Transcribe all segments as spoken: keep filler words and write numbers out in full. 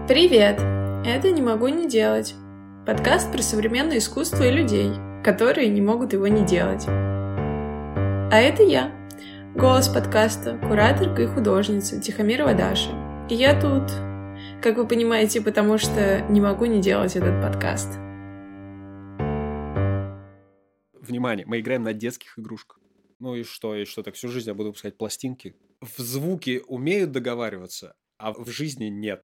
Привет! Это «Не могу не делать» — подкаст про современное искусство и людей, которые не могут его не делать. А это я, голос подкаста, кураторка и художница Тихомирова Даша. И я тут, как вы понимаете, потому что не могу не делать этот подкаст. Внимание, мы играем на детских игрушках. Ну и что, и что, так всю жизнь я буду выпускать пластинки? В звуке умеют договариваться, а в жизни нет.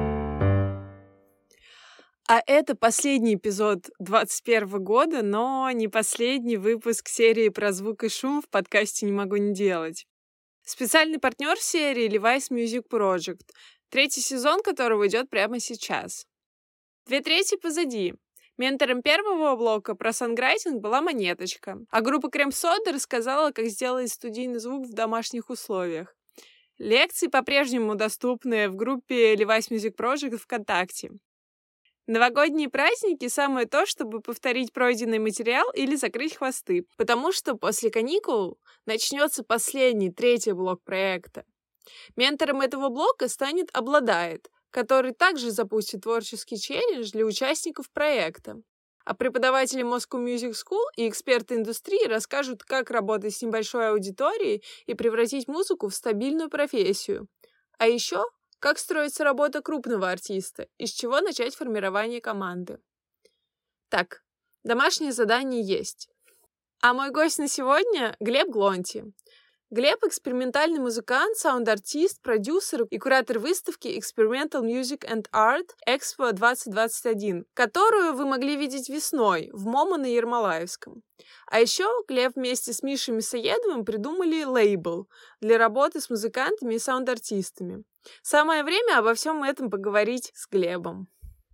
А это последний эпизод двадцать первого года, но не последний выпуск серии про звук и шум в подкасте «Не могу не делать». Специальный партнер серии Levi's Music Project, третий сезон которого идет прямо сейчас. Две трети позади. Ментором первого блока про сонграйтинг была Монеточка, а группа Крем-Сода рассказала, как сделать студийный звук в домашних условиях. Лекции по-прежнему доступны в группе Levi's Music Project ВКонтакте. Новогодние праздники – самое то, чтобы повторить пройденный материал или закрыть хвосты, потому что после каникул начнется последний, третий блок проекта. Ментором этого блока станет «Обладает», который также запустит творческий челлендж для участников проекта. А преподаватели Moscow Music School и эксперты индустрии расскажут, как работать с небольшой аудиторией и превратить музыку в стабильную профессию. А еще как строится работа крупного артиста, из чего начать формирование команды. Так, домашнее задание есть. А мой гость на сегодня — Глеб Глонти. Глеб — экспериментальный музыкант, саунд-артист, продюсер и куратор выставки Experimental Music and Art Expo двадцать двадцать один, которую вы могли видеть весной в МОМА на Ермолаевском. А еще Глеб вместе с Мишей Мясоедовым придумали лейбл для работы с музыкантами и саунд-артистами. Самое время обо всем этом поговорить с Глебом.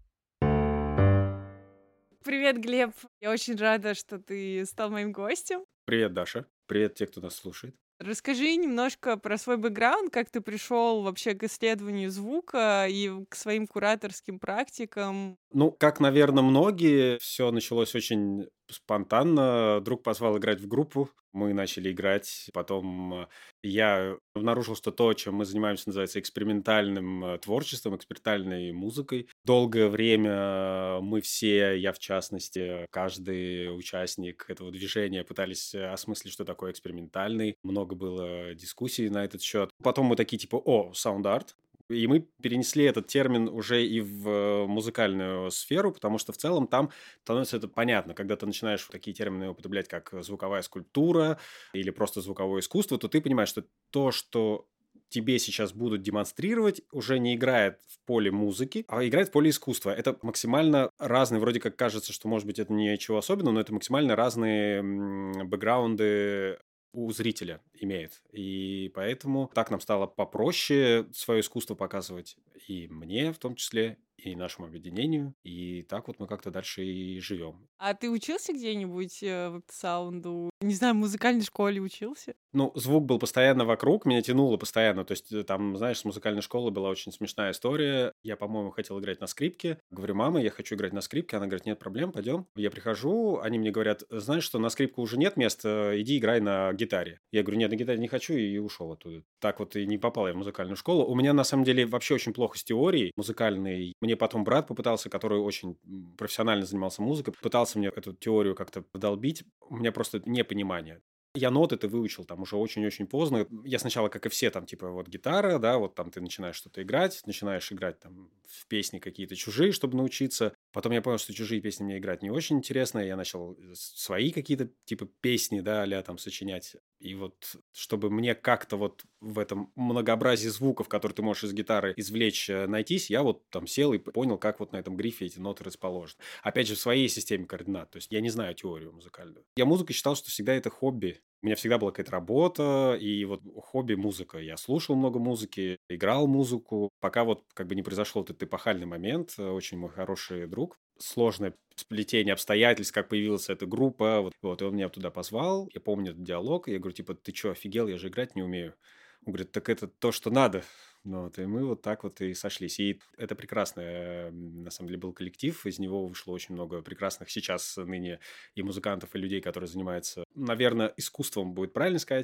Привет, Глеб. Я очень рада, что ты стал моим гостем. Привет, Даша. Привет те, кто нас слушает. Расскажи немножко про свой бэкграунд, как ты пришел вообще к исследованию звука и к своим кураторским практикам. Ну, как, наверное, многие, все началось очень спонтанно. Друг позвал играть в группу, мы начали играть. Потом я обнаружил, что то, чем мы занимаемся, называется экспериментальным творчеством, экспериментальной музыкой. Долгое время мы все, я в частности, каждый участник этого движения пытались осмыслить, что такое экспериментальный. Много было дискуссий на этот счет. Потом мы такие типа, о, саунд-арт. И мы перенесли этот термин уже и в музыкальную сферу, потому что в целом там становится это понятно. Когда ты начинаешь такие термины употреблять, как звуковая скульптура или просто звуковое искусство, то ты понимаешь, что то, что тебе сейчас будут демонстрировать, уже не играет в поле музыки, а играет в поле искусства. Это максимально разные, вроде как кажется, что, может быть, это ничего особенного, но это максимально разные бэкграунды у зрителя имеет. И поэтому так нам стало попроще свое искусство показывать и мне в том числе, и нашему объединению. И так вот мы как-то дальше и живем. А ты учился где-нибудь в саунду? Не знаю, в музыкальной школе учился? Ну, звук был постоянно вокруг, меня тянуло постоянно. То есть там, знаешь, с музыкальной школы была очень смешная история. Я, по-моему, хотел играть на скрипке. Говорю, мама, я хочу играть на скрипке. Она говорит, нет проблем, пойдем. Я прихожу, они мне говорят, знаешь что, на скрипку уже нет места, иди играй на гитаре. Я говорю, нет, на гитаре не хочу, и ушел оттуда. Так вот и не попал я в музыкальную школу. У меня, на самом деле, вообще очень плохо с теорией музыкальной. Мне потом брат попытался, который очень профессионально занимался музыкой, пытался мне эту теорию как-то вдолбить. У меня просто непонимание. Я ноты-то выучил там уже очень-очень поздно. Я сначала, как и все, там, типа, вот гитара, да, вот там ты начинаешь что-то играть, начинаешь играть там в песни какие-то чужие, чтобы научиться. Потом я понял, что чужие песни мне играть не очень интересно. Я начал свои какие-то, типа, песни, да, а-ля там сочинять. И вот, чтобы мне как-то вот в этом многообразии звуков, которые ты можешь из гитары извлечь, найтись, я вот там сел и понял, как вот на этом грифе эти ноты расположены. Опять же, в своей системе координат. То есть я не знаю теорию музыкальную. Я музыкой считал, что всегда это хобби. У меня всегда была какая-то работа, и вот хобби музыка. Я слушал много музыки, играл музыку, пока вот как бы не произошел этот эпохальный момент. Очень мой хороший друг. Сложное сплетение обстоятельств, как появилась эта группа. Вот, вот, и он меня туда позвал. Я помню этот диалог. Я говорю, типа, ты что, офигел? Я же играть не умею. Он говорит, так это то, что надо. Ну, вот, и мы вот так вот и сошлись. И это прекрасный, на самом деле, был коллектив. Из него вышло очень много прекрасных сейчас ныне и музыкантов, и людей, которые занимаются, наверное, искусством, будет правильно сказать.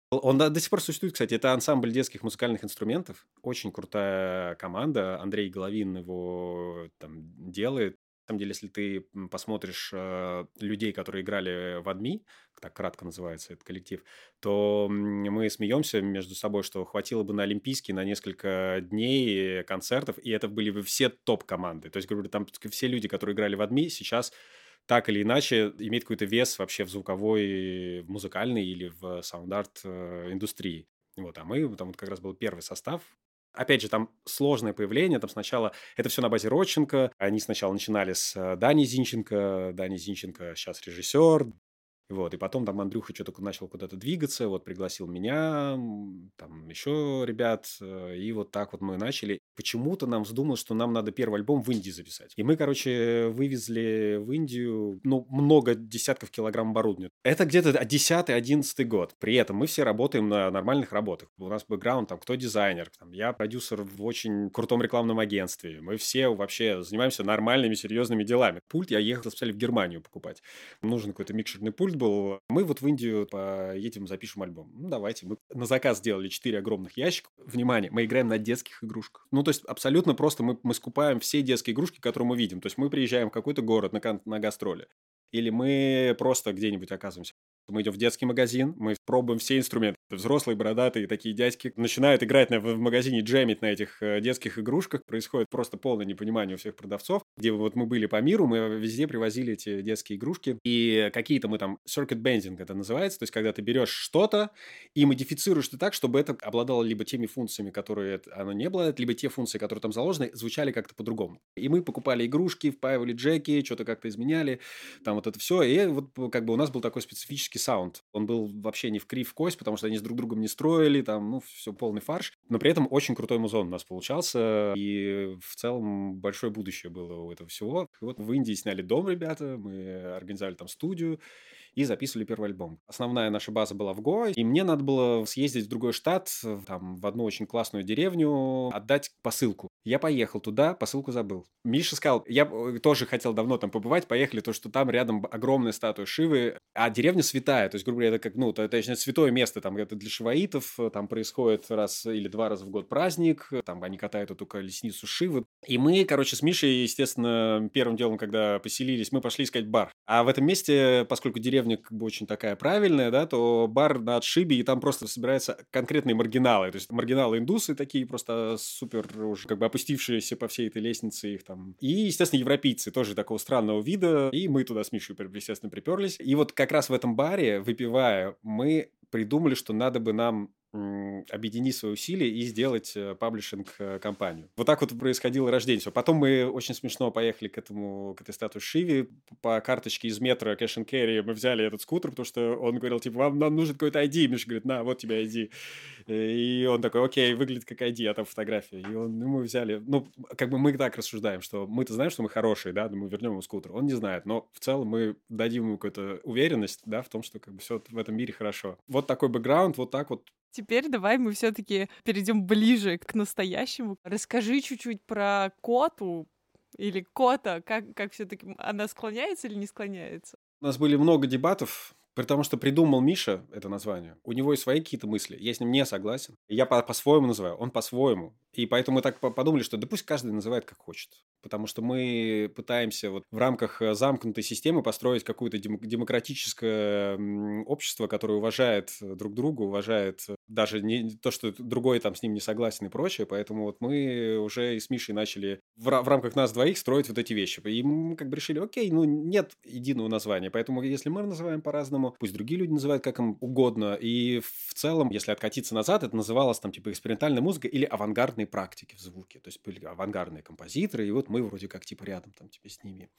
Он до до сих пор существует, кстати. Это ансамбль детских музыкальных инструментов. Очень крутая команда. Андрей Головин его там делает. На самом деле, если ты м, посмотришь э, людей, которые играли в «Адми», так кратко называется этот коллектив, то м, мы смеемся между собой, что хватило бы на Олимпийский на несколько дней концертов, и это были бы все топ-команды. То есть, говорю, там все люди, которые играли в «Адми», сейчас так или иначе имеет какой-то вес вообще в звуковой, в музыкальной или в саунд-арт э, индустрии. Вот, а мы, там вот как раз был первый состав. Опять же, там сложное появление, там сначала, это все на базе Родченко, они сначала начинали с э, Дани Зинченко, Дани Зинченко сейчас режиссер, вот, и потом там Андрюха что-то начал куда-то двигаться, вот, пригласил меня, м, там еще ребят, э, и вот так вот мы начали. Почему-то нам вздумалось, что нам надо первый альбом в Индии записать. И мы, короче, вывезли в Индию, ну, много десятков килограмм оборудования. Это где-то десятый-одиннадцатый год. При этом мы все работаем на нормальных работах. У нас бэкграунд, там, кто дизайнер, там, я продюсер в очень крутом рекламном агентстве. Мы все вообще занимаемся нормальными, серьезными делами. Пульт я ехал специально в Германию покупать. Нужен какой-то микшерный пульт был. Мы вот в Индию поедем, запишем альбом. Ну, давайте. Мы на заказ сделали четыре огромных ящика. Внимание, мы играем на детских игрушках. Ну, то есть, абсолютно просто мы, мы скупаем все детские игрушки, которые мы видим. То есть, мы приезжаем в какой-то город на, кон- на гастроли. Или мы просто где-нибудь оказываемся. Мы идем в детский магазин, мы пробуем все инструменты. Взрослые, бородатые, такие дядьки начинают играть на, в магазине, джемить на этих э, детских игрушках. Происходит просто полное непонимание у всех продавцов. Где вот мы были по миру, мы везде привозили эти детские игрушки. И какие-то мы там... Circuit bending это называется. То есть, когда ты берешь что-то и модифицируешь это так, чтобы это обладало либо теми функциями, которые это- оно не обладает, либо те функции, которые там заложены, звучали как-то по-другому. И мы покупали игрушки, впаивали джеки, что-то как-то изменяли. Там вот это все. И вот как бы у нас был такой специфический саунд. Он был вообще не в кривь в кость, потому что они с друг другом не строили, там, ну, все полный фарш. Но при этом очень крутой музон у нас получался. И в целом большое будущее было у этого всего. И вот в Индии сняли дом ребята, мы организовали там студию и записывали первый альбом. Основная наша база была в Гоа, и мне надо было съездить в другой штат, там, в одну очень классную деревню, отдать посылку. Я поехал туда, посылку забыл. Миша сказал, я э, тоже хотел давно там побывать, поехали, то, что там рядом огромная статуя Шивы, а деревня святая, то есть, грубо говоря, это как, ну, это, это святое место, там, это для шиваитов, там происходит раз или два раза в год праздник, там они катают эту колесницу Шивы. И мы, короче, с Мишей, естественно, первым делом, когда поселились, мы пошли искать бар. А в этом месте, поскольку деревня как бы очень такая правильная, да, то бар на отшибе, и там просто собираются конкретные маргиналы. То есть маргиналы-индусы такие просто супер уже как бы опустившиеся по всей этой лестнице их там. И, естественно, европейцы тоже такого странного вида. И мы туда с Мишей, естественно, приперлись. И вот как раз в этом баре, выпивая, мы придумали, что надо бы нам м, объединить свои усилия и сделать э, паблишинг-компанию. Вот так вот происходило рождение всего. Потом мы очень смешно поехали к этому, к этой статуе Шиве. По карточке из метро Cash and Carry мы взяли этот скутер, потому что он говорил, типа, вам нам нужен какой-то ай ди. Миша говорит, на, вот тебе ай ди. И он такой, окей, выглядит как ай ди, а там фотография. И он, ну, мы взяли, ну, как бы мы так рассуждаем, что мы-то знаем, что мы хорошие, да, мы вернем ему скутер. Он не знает, но в целом мы дадим ему какую-то уверенность, да, в том, что как бы все в этом мире хорошо. Вот такой бэкграунд, вот так вот. Теперь давай мы все-таки перейдем ближе к настоящему. Расскажи чуть-чуть про Коту или Кота, как, как все-таки она склоняется или не склоняется? У нас были много дебатов, при том, что придумал Миша это название. У него и свои какие-то мысли. Я с ним не согласен. Я по- по-своему называю, он по-своему. И поэтому мы так по- подумали, что да пусть каждый называет как хочет. Потому что мы пытаемся вот в рамках э, замкнутой системы построить какое-то дем- демократическое м, общество, которое уважает э, друг друга, уважает э, даже не то, что другой там с ним не согласен и прочее. Поэтому вот мы уже и с Мишей начали в, ра- в рамках нас двоих строить вот эти вещи. И мы как бы решили, окей, ну нет единого названия. Поэтому если мы называем по-разному, пусть другие люди называют как им угодно. И в целом, если откатиться назад, это называлось там типа экспериментальная музыка или авангардные практики в звуке. То есть были авангардные композиторы, и вот мы вроде как типа рядом там типа с ними.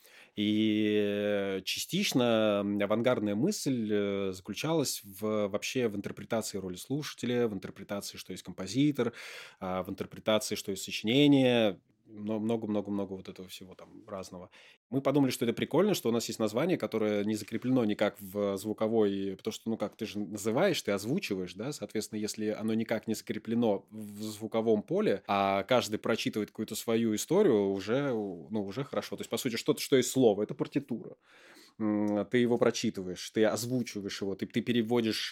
И частично авангардная мысль э, заключалась в, вообще в интерпретации роли слушателя, в интерпретации, что есть композитор, а, в интерпретации, что есть сочинение, но много-много-много вот этого всего там разного. Мы подумали, что это прикольно, что у нас есть название, которое не закреплено никак в звуковой, потому что, ну как, ты же называешь, ты озвучиваешь, да, соответственно, если оно никак не закреплено в звуковом поле, а каждый прочитывает какую-то свою историю, уже, ну, уже хорошо. То есть, по сути, что-то, что есть слово, это партитура. м, ты его прочитываешь, ты озвучиваешь его, ты, ты переводишь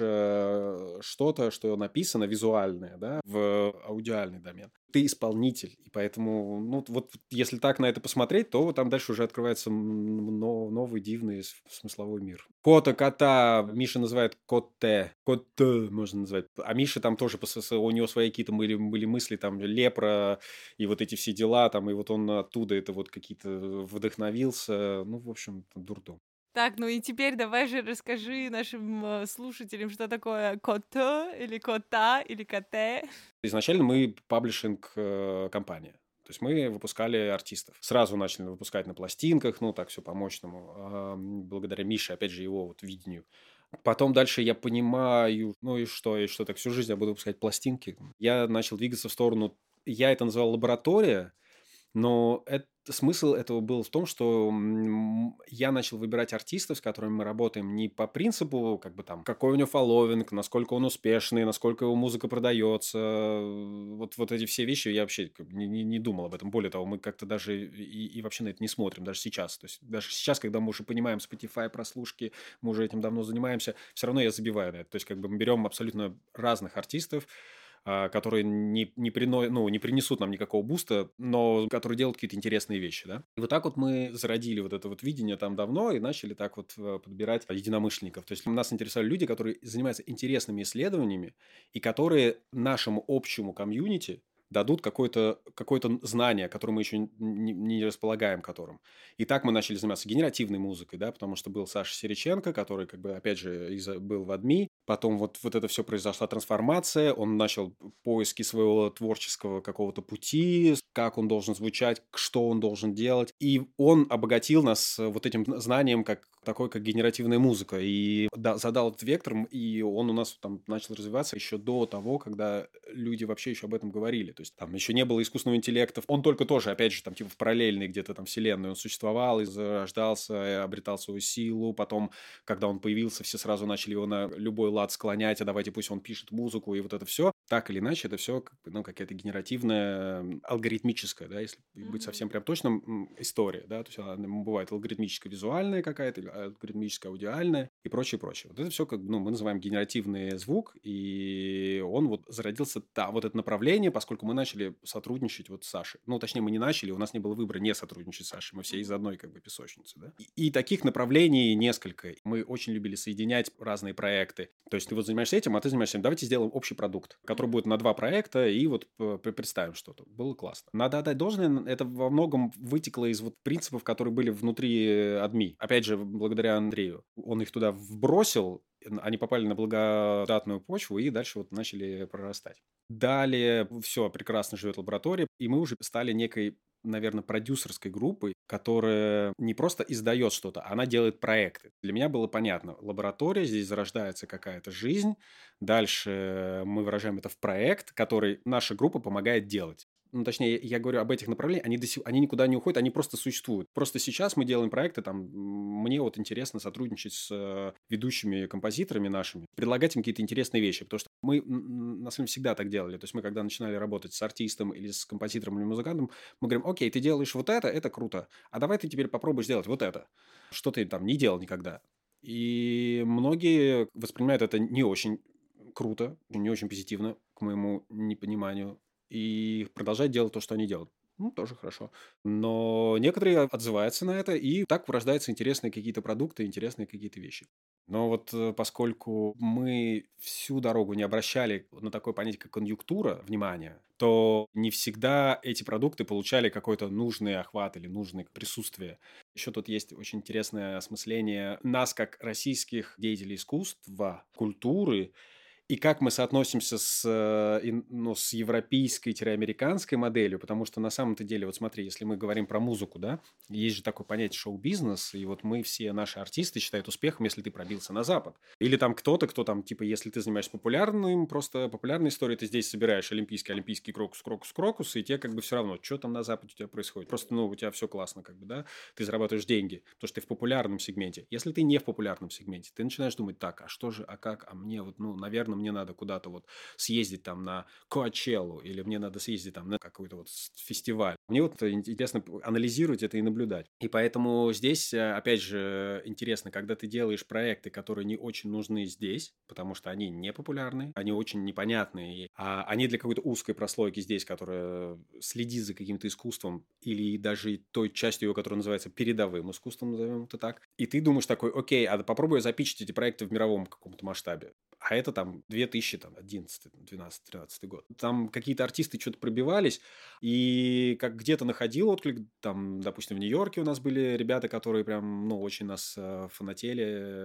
э, что-то, что написано визуальное, да, в аудиальный домен. Ты исполнитель, и поэтому, ну, вот если так на это посмотреть, то там дальше уже открывается м, но- новый дивный с- смысловой мир. Кота, кота, Миша называет котте, котте можно назвать. А Миша там тоже, пос- с- у него свои какие-то были, были мысли, там, лепра, и вот эти все дела, там, и вот он оттуда это вот какие-то вдохновился. Ну, в общем, дурдом. Так, ну и теперь давай же расскажи нашим э, слушателям, что такое коте или кота или коте. Изначально мы паблишинг-компания. То есть мы выпускали артистов. Сразу начали выпускать на пластинках, ну, так все по-мощному. а, м, Благодаря Мише, опять же, его вот видению. Потом дальше я понимаю, ну и что, и что, так всю жизнь я буду выпускать пластинки. Я начал двигаться в сторону, я это называл лаборатория, но это, смысл этого был в том, что м, я начал выбирать артистов, с которыми мы работаем, не по принципу, как бы там, какой у него фолловинг, насколько он успешный, насколько его музыка продается. Вот, вот эти все вещи я вообще как бы не, не- не думал об этом. Более того, мы как-то даже и, и вообще на это не смотрим, даже сейчас. То есть даже сейчас, когда мы уже понимаем Spotify, прослушки, мы уже этим давно занимаемся, все равно я забиваю на это. То есть как бы мы берем абсолютно разных артистов, а, которые не, не, прино... ну, не принесут нам никакого буста, но которые делают какие-то интересные вещи, да. И вот так вот мы зародили вот это вот видение там давно и начали так вот э, подбирать единомышленников. То есть нас интересовали люди, которые занимаются интересными исследованиями и которые нашему общему комьюнити дадут какое-то какое знание, которое мы еще не, не располагаем которым. И так мы начали заниматься генеративной музыкой, да, потому что был Саша Сереченко, который, как бы, опять же, из, был в АДМИ. Потом вот, вот это все произошла трансформация, он начал поиски своего творческого какого-то пути, как он должен звучать, что он должен делать. И он обогатил нас вот этим знанием, как такой, как генеративная музыка. И да, задал этот вектор, и он у нас там начал развиваться еще до того, когда люди вообще еще об этом говорили. То есть там еще не было искусственного интеллекта. Он только тоже, опять же, там типа в параллельной где-то там вселенной он существовал и зарождался, обретал свою силу. Потом, когда он появился, все сразу начали его на любой лад склонять, а давайте пусть он пишет музыку и вот это все. Так или иначе, это все как бы, ну, какая-то генеративная, алгоритмическая, да, если быть совсем прям точным, история, да, то есть она бывает алгоритмическая визуальная какая-то, алгоритмическая аудиальная и прочее, прочее. Вот это все как, ну, мы называем генеративный звук, и он вот зародился, да, вот это направление, поскольку мы начали сотрудничать вот с Сашей. Ну, точнее, мы не начали, у нас не было выбора не сотрудничать с Сашей, мы все из одной как бы песочницы, да. И, и таких направлений несколько. Мы очень любили соединять разные проекты. То есть ты вот занимаешься этим, а ты занимаешься этим. Давайте сделаем общий продукт, который будет на два проекта, и вот представим что-то. Было классно. Надо отдать должное, это во многом вытекло из вот принципов, которые были внутри АДМИ. Опять же, благодаря Андрею. Он их туда вбросил, они попали на благодатную почву и дальше вот начали прорастать. Далее все прекрасно живет лаборатория, и мы уже стали некой, наверное, продюсерской группой, которая не просто издает что-то, она делает проекты. Для меня было понятно, лаборатория, здесь зарождается какая-то жизнь, дальше мы выражаем это в проект, который наша группа помогает делать. Ну, точнее, я говорю об этих направлениях, они, до сих, они никуда не уходят, они просто существуют. Просто сейчас мы делаем проекты, там, мне вот интересно сотрудничать с э, ведущими композиторами нашими, предлагать им какие-то интересные вещи, потому что мы, на самом деле, всегда так делали. То есть мы, когда начинали работать с артистом или с композитором или музыкантом, мы говорим, окей, ты делаешь вот это, это круто, а давай ты теперь попробуешь сделать вот это, что ты там не делал никогда. И многие воспринимают это не очень круто, не очень позитивно, к моему непониманию, и продолжать делать то, что они делают. Ну, тоже хорошо. Но некоторые отзываются на это, и так рождаются интересные какие-то продукты, интересные какие-то вещи. Но вот э, поскольку мы всю дорогу не обращали на такое понятие, как конъюнктура, внимания, то не всегда эти продукты получали какой-то нужный охват или нужное присутствие. Еще тут есть очень интересное осмысление нас, как российских деятелей искусства, культуры, и как мы соотносимся с, э, ин- ну, с европейской-американской моделью, потому что на самом-то деле, вот смотри, если мы говорим про музыку, да, есть же такое понятие шоу-бизнес, и вот мы все наши артисты считают успехом, если ты пробился на Запад. Или там кто-то, кто там, типа, если ты занимаешься популярным, просто популярной историей, ты здесь собираешь олимпийский, олимпийский крокус, крокус, крокус, и тебе как бы все равно, что там на Западе у тебя происходит. Просто, ну, у тебя все классно, как бы, да, ты зарабатываешь деньги, потому что ты в популярном сегменте. Если ты не в популярном сегменте, ты начинаешь думать, так, а что же, а как, а мне вот, ну, наверное, мне надо куда-то вот съездить там на Коачеллу, или мне надо съездить там на какой-то вот с- фестиваль. Мне вот это ин- интересно п- анализировать это и наблюдать. И поэтому здесь, э, опять же, интересно, когда ты делаешь проекты, которые не очень нужны здесь, потому что они не популярны, они очень непонятные, а они для какой-то узкой прослойки здесь, которая следит за каким-то искусством или даже той частью его, которая называется передовым искусством, назовем это так. И ты думаешь такой, окей, а попробую запичить эти проекты в мировом каком-то масштабе. А это там две тысячи одиннадцатый, двенадцатый, тринадцатый год. Там какие-то артисты что-то пробивались, и как где-то находил отклик, там, допустим, в Нью-Йорке у нас были ребята, которые прям, ну, очень нас э, фанатели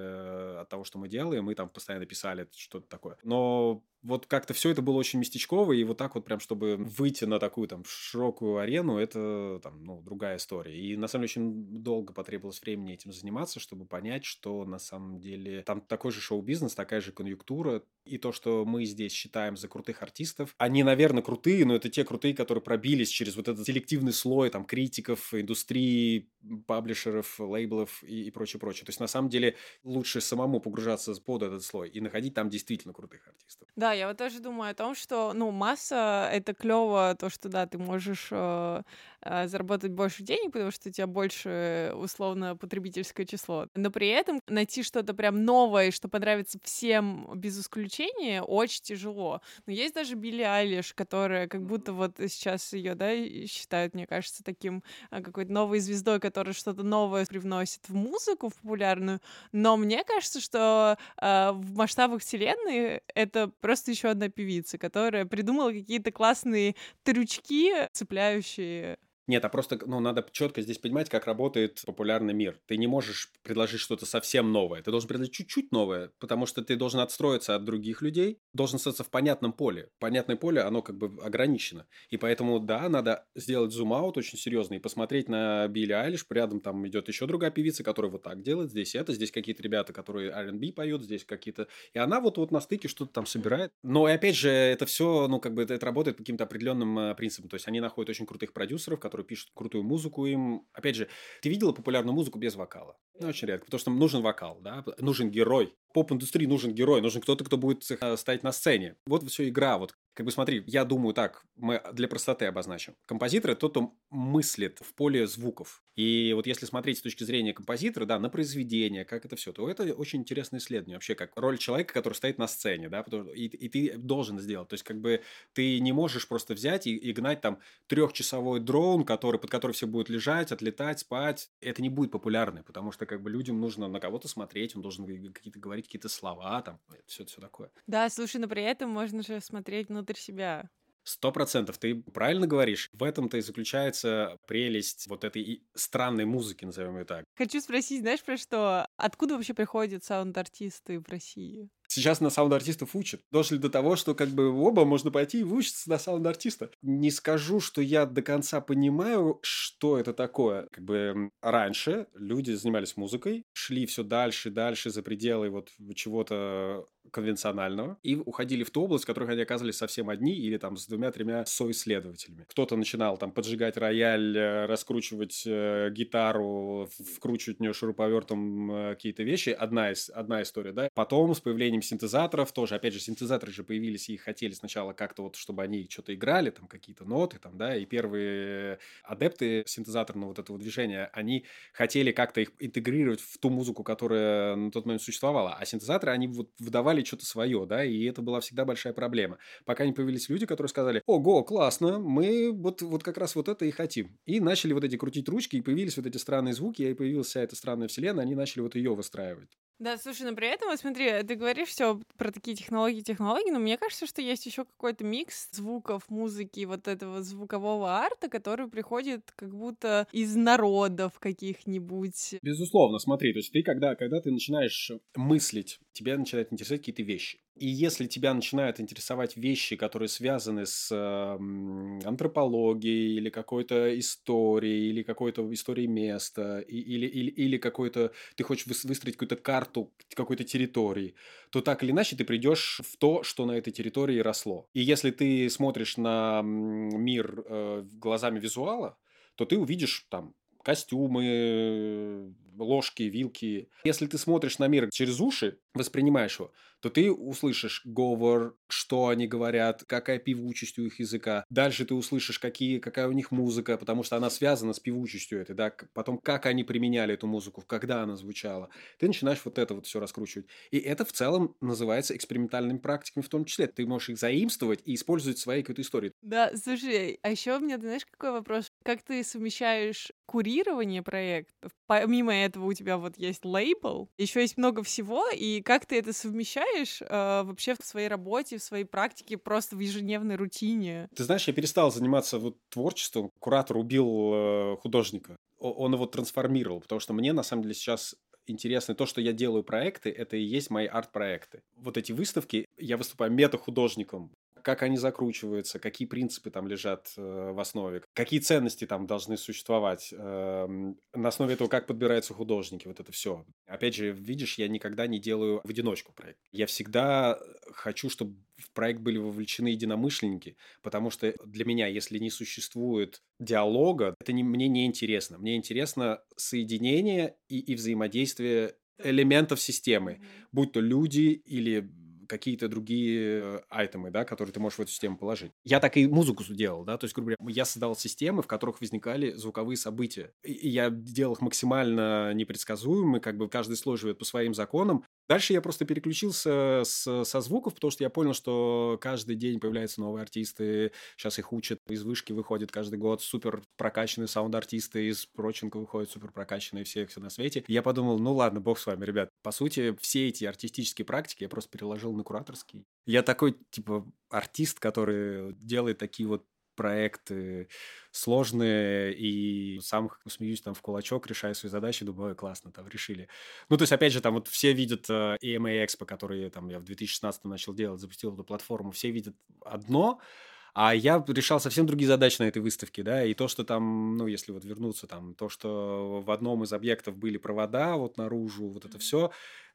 э, от того, что мы делаем, мы там постоянно писали что-то такое. Но вот как-то все это было очень местечково, и вот так вот прям, чтобы выйти на такую там широкую арену, это там, ну, другая история. И на самом деле очень долго потребовалось времени этим заниматься, чтобы понять, что на самом деле там такой же шоу-бизнес, такая же конъюнктура, и то, что мы здесь считаем за крутых артистов, они, наверное, крутые, но это те крутые, которые пробились через вот этот селективный слой там критиков, индустрии, паблишеров, лейблов и, и прочее, прочее. То есть, на самом деле, лучше самому погружаться под этот слой и находить там действительно крутых артистов. Да, я вот тоже думаю о том, что, ну, масса — это клево, то, что, да, ты можешь э, э, заработать больше денег, потому что у тебя больше, условно, потребительское число. Но при этом найти что-то прям новое, что понравится всем без исключения, очень тяжело. Но есть даже Билли Айлиш, которая как будто вот сейчас ее, да, и считают, мне кажется, таким а, какой-то новой звездой, которая что-то новое привносит в музыку, в популярную. Но мне кажется, что э, в масштабах вселенной это просто еще одна певица, которая придумала какие-то классные трючки, цепляющие. Нет, а просто, ну, надо четко здесь понимать, как работает популярный мир. Ты не можешь предложить что-то совсем новое. Ты должен предложить чуть-чуть новое, потому что ты должен отстроиться от других людей, должен остаться в понятном поле. Понятное поле, оно как бы ограничено. И поэтому, да, надо сделать зум-аут очень серьезный и посмотреть на Билли Айлиш. Рядом там идет еще другая певица, которая вот так делает. Здесь это, здесь какие-то ребята, которые ар энд би поют, здесь какие-то... И она вот-вот на стыке что-то там собирает. Но и опять же, это все, ну, как бы это, это работает по каким-то определенным э, принципам. То есть они находят очень крутых продюсеров, которые пишут крутую музыку им. Опять же, ты видела популярную музыку без вокала? Ну, очень редко, потому что нужен вокал, да, нужен герой. Поп-индустрии нужен герой, нужен кто-то, кто будет э, стоять на сцене. Вот все игра, вот как бы смотри, я думаю так, мы для простоты обозначим. Композитор – это тот, кто мыслит в поле звуков. И вот если смотреть с точки зрения композитора, да, на произведение, как это все, то это очень интересное исследование. Вообще, как роль человека, который стоит на сцене, да, потому, и, и ты должен сделать. То есть, как бы ты не можешь просто взять и, и гнать там трехчасовой дрон, который, под который все будут лежать, отлетать, спать. Это не будет популярно, потому что как бы людям нужно на кого-то смотреть, он должен какие-то говорить какие-то слова, там, все, все такое. Да, слушай, но при этом можно же смотреть внутрь себя. Сто процентов, ты правильно говоришь. В этом-то и заключается прелесть вот этой и странной музыки, назовем ее так. Хочу спросить, знаешь, про что? Откуда вообще приходят саунд-артисты в России? Сейчас на саунд-артистов учат. Дошли до того, что как бы оба можно пойти и выучиться на саунд-артиста. Не скажу, что я до конца понимаю, что это такое. Как бы м, раньше люди занимались музыкой, шли все дальше и дальше за пределы вот чего-то конвенционального и уходили в ту область, в которой они оказались совсем одни или там с двумя-тремя соисследователями. Кто-то начинал там поджигать рояль, э, раскручивать э, гитару, в- вкручивать в нее шуруповертом э, какие-то вещи. Одна, из, одна история, да. Потом с появлением синтезаторов тоже, опять же, синтезаторы же появились и хотели сначала как-то вот, чтобы они что-то играли, там какие-то ноты, там, да, и первые адепты синтезаторного вот этого движения, они хотели как-то их интегрировать в ту музыку, которая на тот момент существовала. А синтезаторы, они вот выдавали что-то свое, да, и это была всегда большая проблема. Пока не появились люди, которые сказали: ого, классно, мы вот, вот как раз вот это и хотим. И начали вот эти крутить ручки, и появились вот эти странные звуки, и появилась вся эта странная вселенная, они начали вот ее выстраивать. Да, слушай, но при этом, вот смотри, ты говоришь все про такие технологии, технологии, но мне кажется, что есть еще какой-то микс звуков, музыки, вот этого звукового арта, который приходит как будто из народов каких-нибудь. Безусловно, смотри, то есть ты, когда, когда ты начинаешь мыслить, тебя начинают интересовать какие-то вещи. И если тебя начинают интересовать вещи, которые связаны с эм, антропологией или какой-то историей, или какой-то историей места, и- или, или, или какой-то, ты хочешь выс- выстроить какую-то карту какой-то территории, то так или иначе ты придешь в то, что на этой территории росло. И если ты смотришь на м, мир э, глазами визуала, то ты увидишь там костюмы, ложки, вилки. Если ты смотришь на мир через уши, воспринимаешь его, то ты услышишь говор, что они говорят, какая певучесть у их языка. Дальше ты услышишь, какие, какая у них музыка, потому что она связана с певучестью этой, да. К- Потом, как они применяли эту музыку, когда она звучала. Ты начинаешь вот это вот все раскручивать. И это в целом называется экспериментальными практиками в том числе. Ты можешь их заимствовать и использовать в своей какой-то истории. Да, слушай, а еще у меня, ты знаешь, какой вопрос? Как ты совмещаешь курирование проектов? Помимо этого у тебя вот есть лейбл, еще есть много всего, и как ты это совмещаешь э, вообще в своей работе, в своей практике, просто в ежедневной рутине? Ты знаешь, я перестал заниматься вот творчеством. Куратор убил э, художника. О- Он его трансформировал, потому что мне на самом деле сейчас интересно то, что я делаю проекты, это и есть мои арт-проекты. Вот эти выставки, я выступаю мета-художником. Как они закручиваются, какие принципы там лежат э, в основе, какие ценности там должны существовать, эм, на основе этого, как подбираются художники, вот это все. Опять же, видишь, я никогда не делаю в одиночку проект. Я всегда хочу, чтобы в проект были вовлечены единомышленники, потому что для меня, если не существует диалога, это не, мне не интересно. Мне интересно соединение и, и взаимодействие элементов системы, будь то люди или какие-то другие э, айтемы, да, которые ты можешь в эту систему положить. Я так и музыку делал, да, то есть, грубо говоря, я создал системы, в которых возникали звуковые события. И и я делал их максимально непредсказуемыми, как бы каждый слой живет по своим законам. Дальше я просто переключился с, со звуков, потому что я понял, что каждый день появляются новые артисты, сейчас их учат, из вышки выходит каждый год супер прокачанные саунд-артисты, из прочинга выходят супер прокачанные все, все на свете. И я подумал, ну ладно, бог с вами, ребят. По сути, все эти артистические практики я просто переложил на кураторский. Я такой, типа, артист, который делает такие вот проекты сложные, и сам смеюсь там в кулачок, решаю свои задачи, думаю, ой, классно, там решили. Ну, то есть, опять же, там вот все видят э, и эм эй Expo, который там я в две тысячи шестнадцатом начал делать, запустил эту платформу, все видят одно, а я решал совсем другие задачи на этой выставке, да, и то, что там, ну, если вот вернуться, там, то, что в одном из объектов были провода вот наружу, вот это все,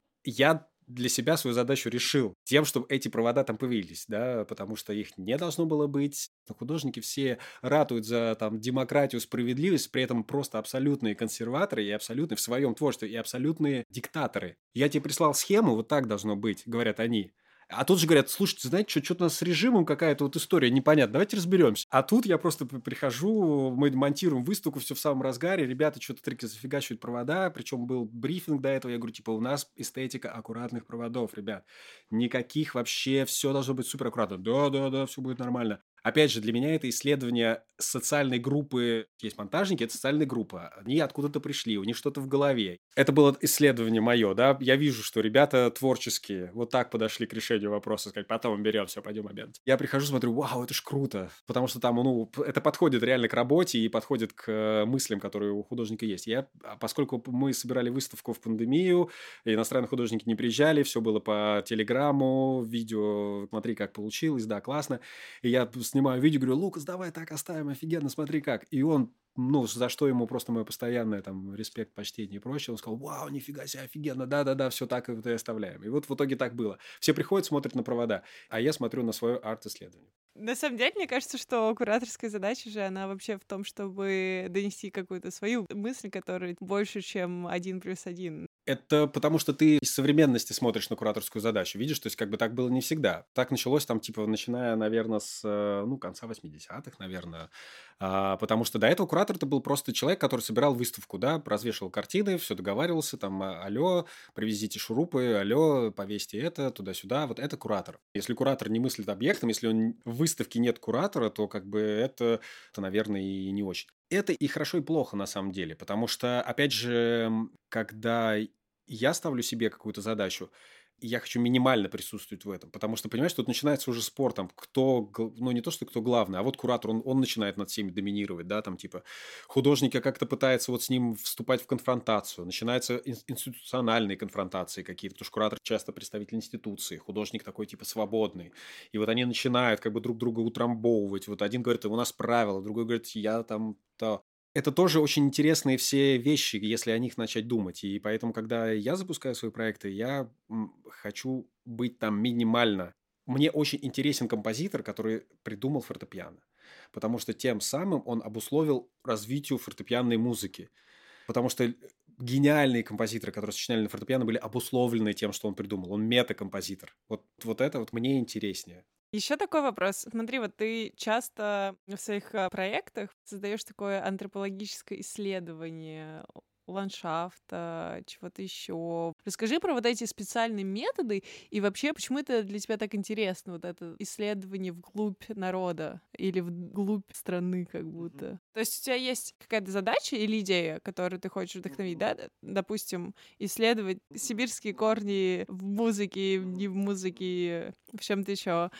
я для себя свою задачу решил тем, чтобы эти провода там появились, да, потому что их не должно было быть. Но художники все ратуют за там демократию, справедливость, при этом просто абсолютные консерваторы и абсолютные в своем творчестве, и абсолютные диктаторы. Я тебе прислал схему, вот так должно быть, говорят они. А тут же говорят, слушайте, знаете, что, что-то у нас с режимом какая-то вот история непонятна, давайте разберемся. А тут я просто при- прихожу, мы монтируем выставку, все в самом разгаре, ребята что-то трики зафигачивают провода, причем был брифинг до этого, я говорю, типа, у нас эстетика аккуратных проводов, ребят, никаких вообще, все должно быть супер аккуратно. Да-да-да, все будет нормально. Опять же, для меня это исследование социальной группы. Есть монтажники, это социальная группа. Они откуда-то пришли, у них что-то в голове. Это было исследование мое, да. Я вижу, что ребята творческие вот так подошли к решению вопроса, сказать, потом берем, все, пойдем обедать. Я прихожу, смотрю, вау, это ж круто. Потому что там, ну, это подходит реально к работе и подходит к э, мыслям, которые у художника есть. Я, а поскольку мы собирали выставку в пандемию, иностранные художники не приезжали, все было по телеграмму, видео, смотри, как получилось, да, классно. И я снимаю видео, говорю, Лукас, давай так оставим, офигенно, смотри как. И он, ну, за что ему просто мое постоянное там респект, почтение и прочее, он сказал, вау, нифига себе, офигенно, да-да-да, все так и оставляем. И вот в итоге так было. Все приходят, смотрят на провода, а я смотрю на свое арт-исследование. На самом деле, мне кажется, что кураторская задача же, она вообще в том, чтобы донести какую-то свою мысль, которая больше, чем один плюс один. Это потому, что ты из современности смотришь на кураторскую задачу, видишь, то есть как бы так было не всегда. Так началось там, типа, начиная, наверное, с, э, ну, конца восьмидесятых, наверное. А, потому что до этого куратор это был просто человек, который собирал выставку, да, развешивал картины, все договаривался, там, а- алло, привезите шурупы, алло, повесьте это, туда-сюда, вот это куратор. Если куратор не мыслит объектом, если он, в выставке нет куратора, то как бы это, это, наверное, и не очень. Это и хорошо, и плохо на самом деле, потому что, опять же, м, когда я ставлю себе какую-то задачу, и я хочу минимально присутствовать в этом, потому что, понимаешь, тут начинается уже спор, там, кто, гл- ну, не то, что кто главный, а вот куратор, он, он начинает над всеми доминировать, да, там, типа, художник как-то пытается вот с ним вступать в конфронтацию, начинаются ин- институциональные конфронтации какие-то, потому что куратор часто представитель институции, художник такой, типа, свободный, и вот они начинают как бы друг друга утрамбовывать, вот один говорит, у нас правила, другой говорит, я там, то, это тоже очень интересные все вещи, если о них начать думать. И поэтому, когда я запускаю свои проекты, я м, хочу быть там минимально. Мне очень интересен композитор, который придумал фортепиано, потому что тем самым он обусловил развитию фортепианной музыки. Потому что гениальные композиторы, которые сочиняли на фортепиано, были обусловлены тем, что он придумал. Он мета-композитор. Вот, вот это вот мне интереснее. Еще такой вопрос. Смотри, вот ты часто в своих а, проектах создаешь такое антропологическое исследование ландшафта, чего-то еще. Расскажи про вот эти специальные методы и вообще, почему это для тебя так интересно, вот это исследование вглубь народа или вглубь страны как будто. То есть у тебя есть какая-то задача или идея, которую ты хочешь вдохновить, да? Д- Допустим, исследовать сибирские корни в музыке, не в музыке, в чем-то еще.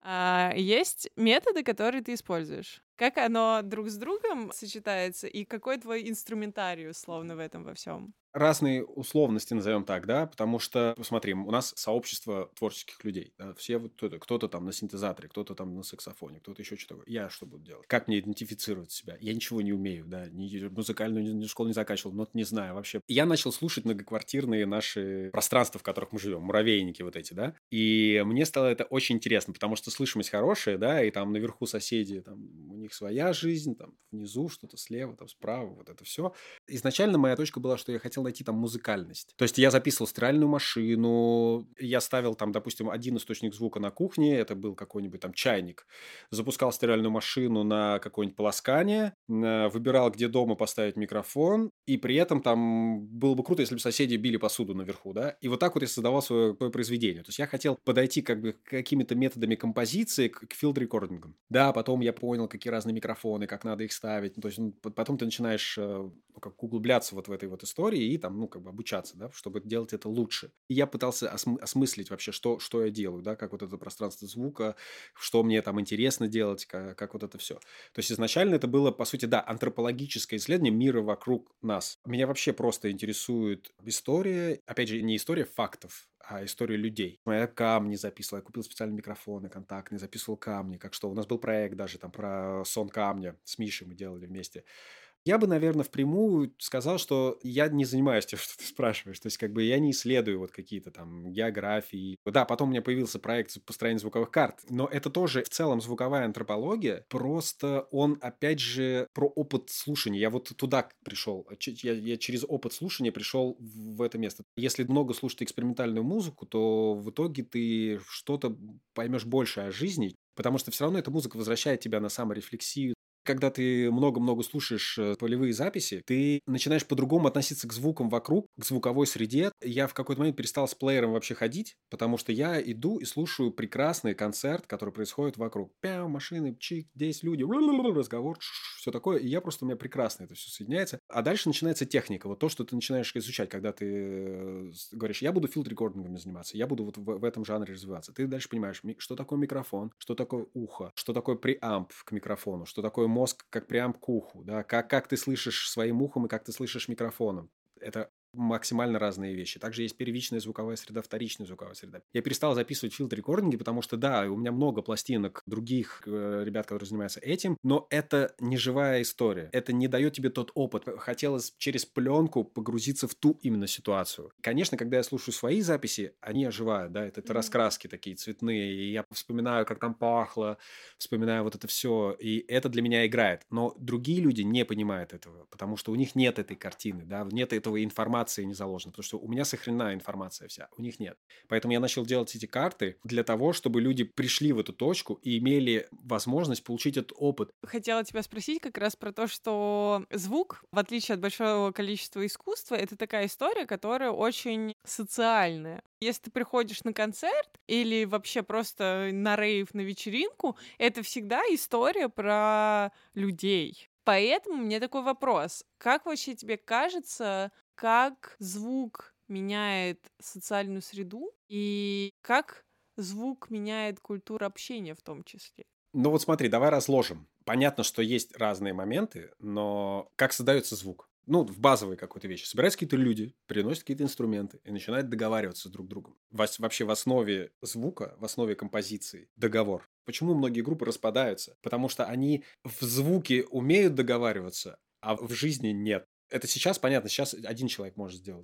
А есть методы, которые ты используешь. Как оно друг с другом сочетается, и какой твой инструментарий условно в этом во всем? Разные условности, назовем так, да, потому что, посмотри, у нас сообщество творческих людей, да, все вот кто-то, кто-то там на синтезаторе, кто-то там на саксофоне, кто-то еще что-то. Я что буду делать? Как мне идентифицировать себя? Я ничего не умею, да, ни музыкальную ни, ни школу не заканчивал, но не знаю вообще. Я начал слушать многоквартирные наши пространства, в которых мы живем, муравейники вот эти, да, и мне стало это очень интересно, потому что слышимость хорошая, да, и там наверху соседи, там у них своя жизнь, там внизу что-то слева, там справа, вот это все. Изначально моя точка была, что я хотел найти там музыкальность. То есть я записывал стиральную машину, я ставил там, допустим, один источник звука на кухне, это был какой-нибудь там чайник, запускал стиральную машину на какое-нибудь полоскание, э, выбирал, где дома поставить микрофон, и при этом там было бы круто, если бы соседи били посуду наверху, да, и вот так вот я создавал свое, свое произведение. То есть я хотел подойти как бы какими-то методами композиции к, к филд-рекордингам. Да, потом я понял, какие разные микрофоны, как надо их ставить. Ну, то есть ну, потом ты начинаешь э, ну, как углубляться вот в этой вот истории и там, ну, как бы обучаться, да, чтобы делать это лучше. И я пытался осм- осмыслить вообще, что, что я делаю, да, как вот это пространство звука, что мне там интересно делать, как, как вот это все. То есть изначально это было, по сути, да, антропологическое исследование мира вокруг нас. Меня вообще просто интересует история, опять же, не история фактов, а история людей. Я камни записывал, я купил специальные микрофоны контактные, записывал камни, как что. У нас был проект даже там про сон камня с Мишей мы делали вместе. Я бы, наверное, впрямую сказал, что я не занимаюсь тем, что ты спрашиваешь. То есть, как бы я не исследую вот какие-то там географии. Да, потом у меня появился проект построения звуковых карт, но это тоже в целом звуковая антропология, просто он, опять же, про опыт слушания. Я вот туда пришел. Ч- Я, я через опыт слушания пришел в это место. Если много слушать экспериментальную музыку, то в итоге ты что-то поймешь больше о жизни, потому что все равно эта музыка возвращает тебя на саморефлексию. Когда ты много-много слушаешь э, полевые записи, ты начинаешь по-другому относиться к звукам вокруг, к звуковой среде. Я в какой-то момент перестал с плеером вообще ходить, потому что я иду и слушаю прекрасный концерт, который происходит вокруг. Пяу, машины, чик, здесь люди, разговор, все такое. И я просто, у меня прекрасно это все соединяется. А дальше начинается техника. Вот то, что ты начинаешь изучать, когда ты э, с- говоришь, я буду филд-рекордингами заниматься, я буду вот в, в этом жанре развиваться. Ты дальше понимаешь, ми- что такое микрофон, что такое ухо, что такое преамп к микрофону, что такое мозг как преамп к уху, да, как, как ты слышишь своим ухом и как ты слышишь микрофоном. Это максимально разные вещи. Также есть первичная звуковая среда, вторичная звуковая среда. Я перестал записывать филд-рекординги, потому что, да, у меня много пластинок других э, ребят, которые занимаются этим, но это не живая история. Это не дает тебе тот опыт. Хотелось через пленку погрузиться в ту именно ситуацию. Конечно, когда я слушаю свои записи, они оживают, да, это, это Мгм. раскраски такие цветные, и я вспоминаю, как там пахло, вспоминаю вот это все, и это для меня играет. Но другие люди не понимают этого, потому что у них нет этой картины, да, нет этого информации не заложено, потому что у меня сохранена информация вся, у них нет. Поэтому я начал делать эти карты для того, чтобы люди пришли в эту точку и имели возможность получить этот опыт. Хотела тебя спросить как раз про то, что звук, в отличие от большого количества искусства, это такая история, которая очень социальная. Если ты приходишь на концерт или вообще просто на рейв, на вечеринку, это всегда история про людей. Поэтому мне такой вопрос. Как вообще тебе кажется, как звук меняет социальную среду и как звук меняет культуру общения в том числе? Ну вот смотри, давай разложим. Понятно, что есть разные моменты, но как создается звук? Ну, в базовой какой-то вещи. Собираются какие-то люди, приносят какие-то инструменты и начинают договариваться друг с другом. Вос- Вообще в основе звука, в основе композиции договор. Почему многие группы распадаются? Потому что они в звуке умеют договариваться, а в жизни нет. Это сейчас понятно, сейчас один человек может сделать звук.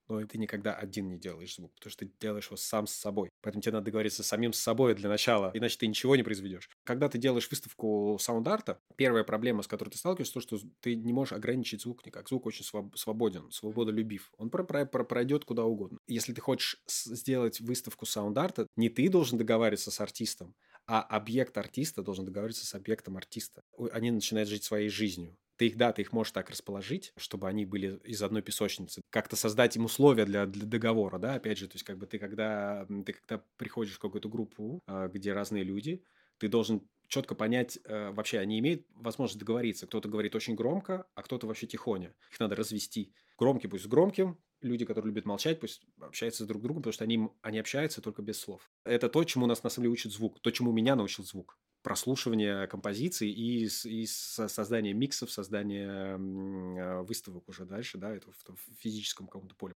но ты никогда один не делаешь звук, потому что ты делаешь его сам с собой. Поэтому тебе надо договориться с самим с собой для начала, иначе ты ничего не произведешь. Когда ты делаешь выставку саунд-арта, первая проблема, с которой ты сталкиваешься, то, что ты не можешь ограничить звук никак. Звук очень своб- свободен, свободолюбив. Он про- про- про- пройдет куда угодно. Если ты хочешь с- сделать выставку саунд-арта, не ты должен договариваться с артистом, а объект артиста должен договориться с объектом артиста. О- Они начинают жить своей жизнью. Ты их, да, ты их можешь так расположить, чтобы они были из одной песочницы. Как-то создать им условия для, для договора, да, опять же. То есть, как бы ты когда, м, ты когда приходишь в какую-то группу, а, где разные люди, ты должен четко понять, э, вообще они имеют возможность договориться. Кто-то говорит очень громко, а кто-то вообще тихоня. Их надо развести. Громкий пусть с громким, люди, которые любят молчать, пусть общаются друг с другом, потому что они, они общаются только без слов. Это то, чему нас на самом деле учит звук, то, чему меня научил звук. Прослушивание композиций и, с- и со- создание миксов, создание м, э, выставок уже дальше, да, это в, в физическом каком-то поле.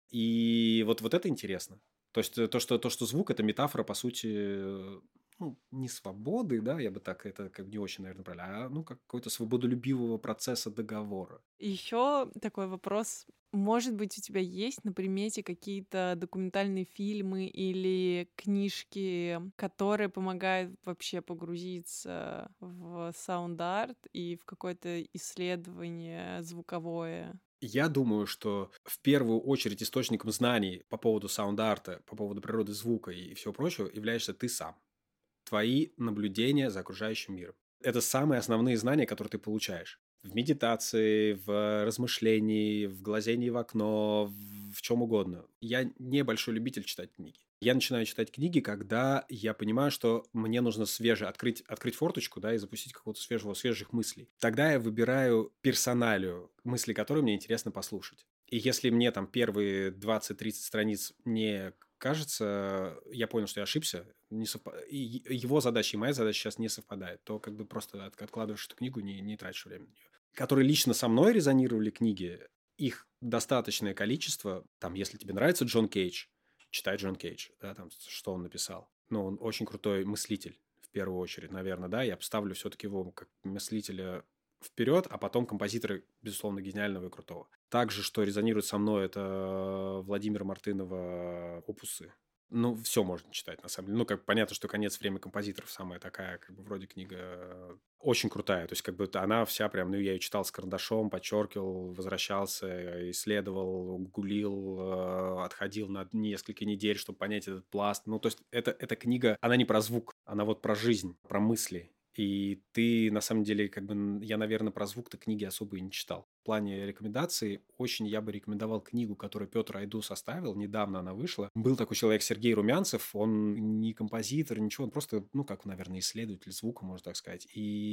И вот, вот это интересно. То есть э, то что, то, что звук – это метафора, по сути, э, ну, не свободы, да, я бы так, это как не очень, наверное, правильно, а ну, как какой-то свободолюбивого процесса договора. Еще такой вопрос. Может быть, у тебя есть на примете какие-то документальные фильмы или книжки, которые помогают вообще погрузиться в саунд-арт и в какое-то исследование звуковое? Я думаю, что в первую очередь источником знаний по поводу саунд-арта, по поводу природы звука и всего прочего являешься ты сам. Твои наблюдения за окружающим миром. Это самые основные знания, которые ты получаешь. В медитации, в размышлении, в глазении в окно, в в чем угодно. Я не большой любитель читать книги. Я начинаю читать книги, когда я понимаю, что мне нужно свеже открыть, открыть форточку, да, и запустить какого-то свежего, свежих мыслей. Тогда я выбираю персоналию, мысли которой мне интересно послушать. И если мне там первые двадцать-тридцать страниц не кажется, я понял, что я ошибся, не совпа- и его задача и моя задача сейчас не совпадает, то как бы просто от- откладываешь эту книгу, не, не тратишь время на нее. Которые лично со мной резонировали книги, их достаточное количество. Там, если тебе нравится Джон Кейдж, читай Джон Кейдж, да, там, что он написал. Ну, он очень крутой мыслитель, в первую очередь, наверное, да, я поставлю все-таки его как мыслителя вперед, а потом композитора, безусловно, гениального и крутого. Также, что резонирует со мной, это Владимира Мартынова «Опусы». Ну, все можно читать, на самом деле. Ну, как понятно, что «Конец время композиторов» самая такая, как бы, вроде книга э, очень крутая. То есть, как бы, она вся прям, ну, я ее читал с карандашом, подчеркивал, возвращался, исследовал, гуглил, э, отходил на несколько недель, чтобы понять этот пласт. Ну, то есть, это, эта книга, она не про звук, она вот про жизнь, про мысли. И ты, на самом деле, как бы, н- я, наверное, про звук-то книги особо и не читал. В плане рекомендаций очень я бы рекомендовал книгу, которую Петр Айду составил. Недавно она вышла. Был такой человек Сергей Румянцев. Он не композитор, ничего. Он просто, ну, как, наверное, исследователь звука, можно так сказать.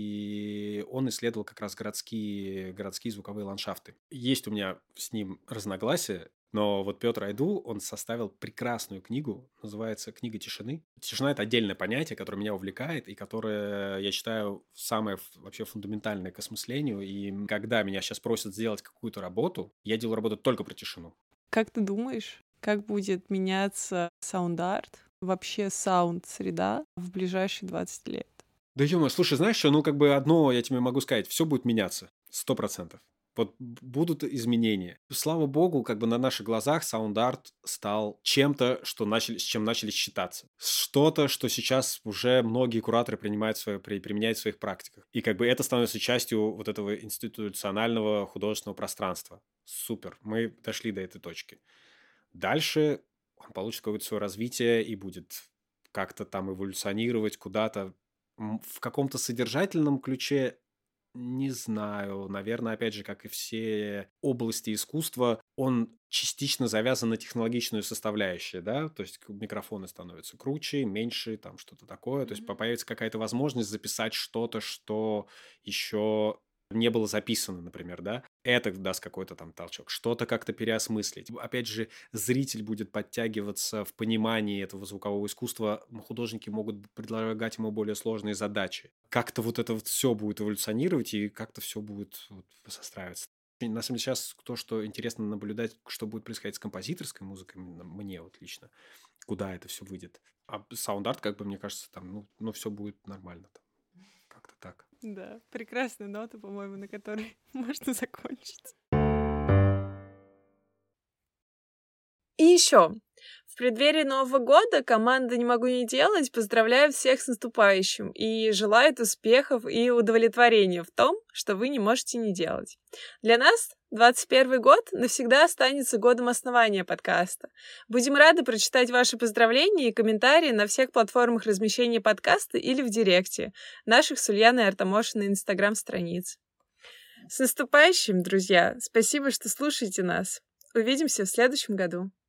И он исследовал как раз городские, городские звуковые ландшафты. Есть у меня с ним разногласия. Но вот Петр Айду, он составил прекрасную книгу, называется «Книга тишины». Тишина – это отдельное понятие, которое меня увлекает и которое, я считаю, самое ф- вообще фундаментальное к осмыслению. И когда меня сейчас просят сделать какую-то работу, я делаю работу только про тишину. Как ты думаешь, как будет меняться саунд-арт, вообще саунд-среда в ближайшие двадцать лет? Да ё слушай, знаешь что, ну как бы одно я тебе могу сказать, все будет меняться, сто процентов. Вот б- будут изменения. Слава богу, как бы на наших глазах саунд-арт стал чем-то, что начали, с чем начали считаться. Что-то, что сейчас уже многие кураторы принимают в свое, при- применяют в своих практиках. И как бы это становится частью вот этого институционального художественного пространства. Супер, мы дошли до этой точки. Дальше он получит какое-то свое развитие и будет как-то там эволюционировать куда-то. М, В каком-то содержательном ключе не знаю. Наверное, опять же, как и все области искусства, он частично завязан на технологичную составляющую, да, то есть к- микрофоны становятся круче, меньше, там что-то такое, то есть по- Мгм. появится какая-то возможность записать что-то, что еще не было записано, например, да, это даст какой-то там толчок, что-то как-то переосмыслить. Опять же, зритель будет подтягиваться в понимании этого звукового искусства, м, художники могут предлагать ему более сложные задачи. Как-то вот это вот все будет эволюционировать, и как-то все будет вот состраиваться. И на самом деле сейчас то, что интересно наблюдать, что будет происходить с композиторской музыкой, именно мне вот лично, куда это все выйдет. А саунд-арт, как бы, мне кажется, там, ну, ну все будет нормально там, как-то так. Да, прекрасная нота, по-моему, на которой можно закончить. И еще. В преддверии Нового года команда «Не могу не делать» поздравляет всех с наступающим и желает успехов и удовлетворения в том, что вы не можете не делать. Для нас двадцать первый год навсегда останется годом основания подкаста. Будем рады прочитать ваши поздравления и комментарии на всех платформах размещения подкаста или в директе наших с Ульяной Артамошиной инстаграм-страниц. С наступающим, друзья! Спасибо, что слушаете нас. Увидимся в следующем году.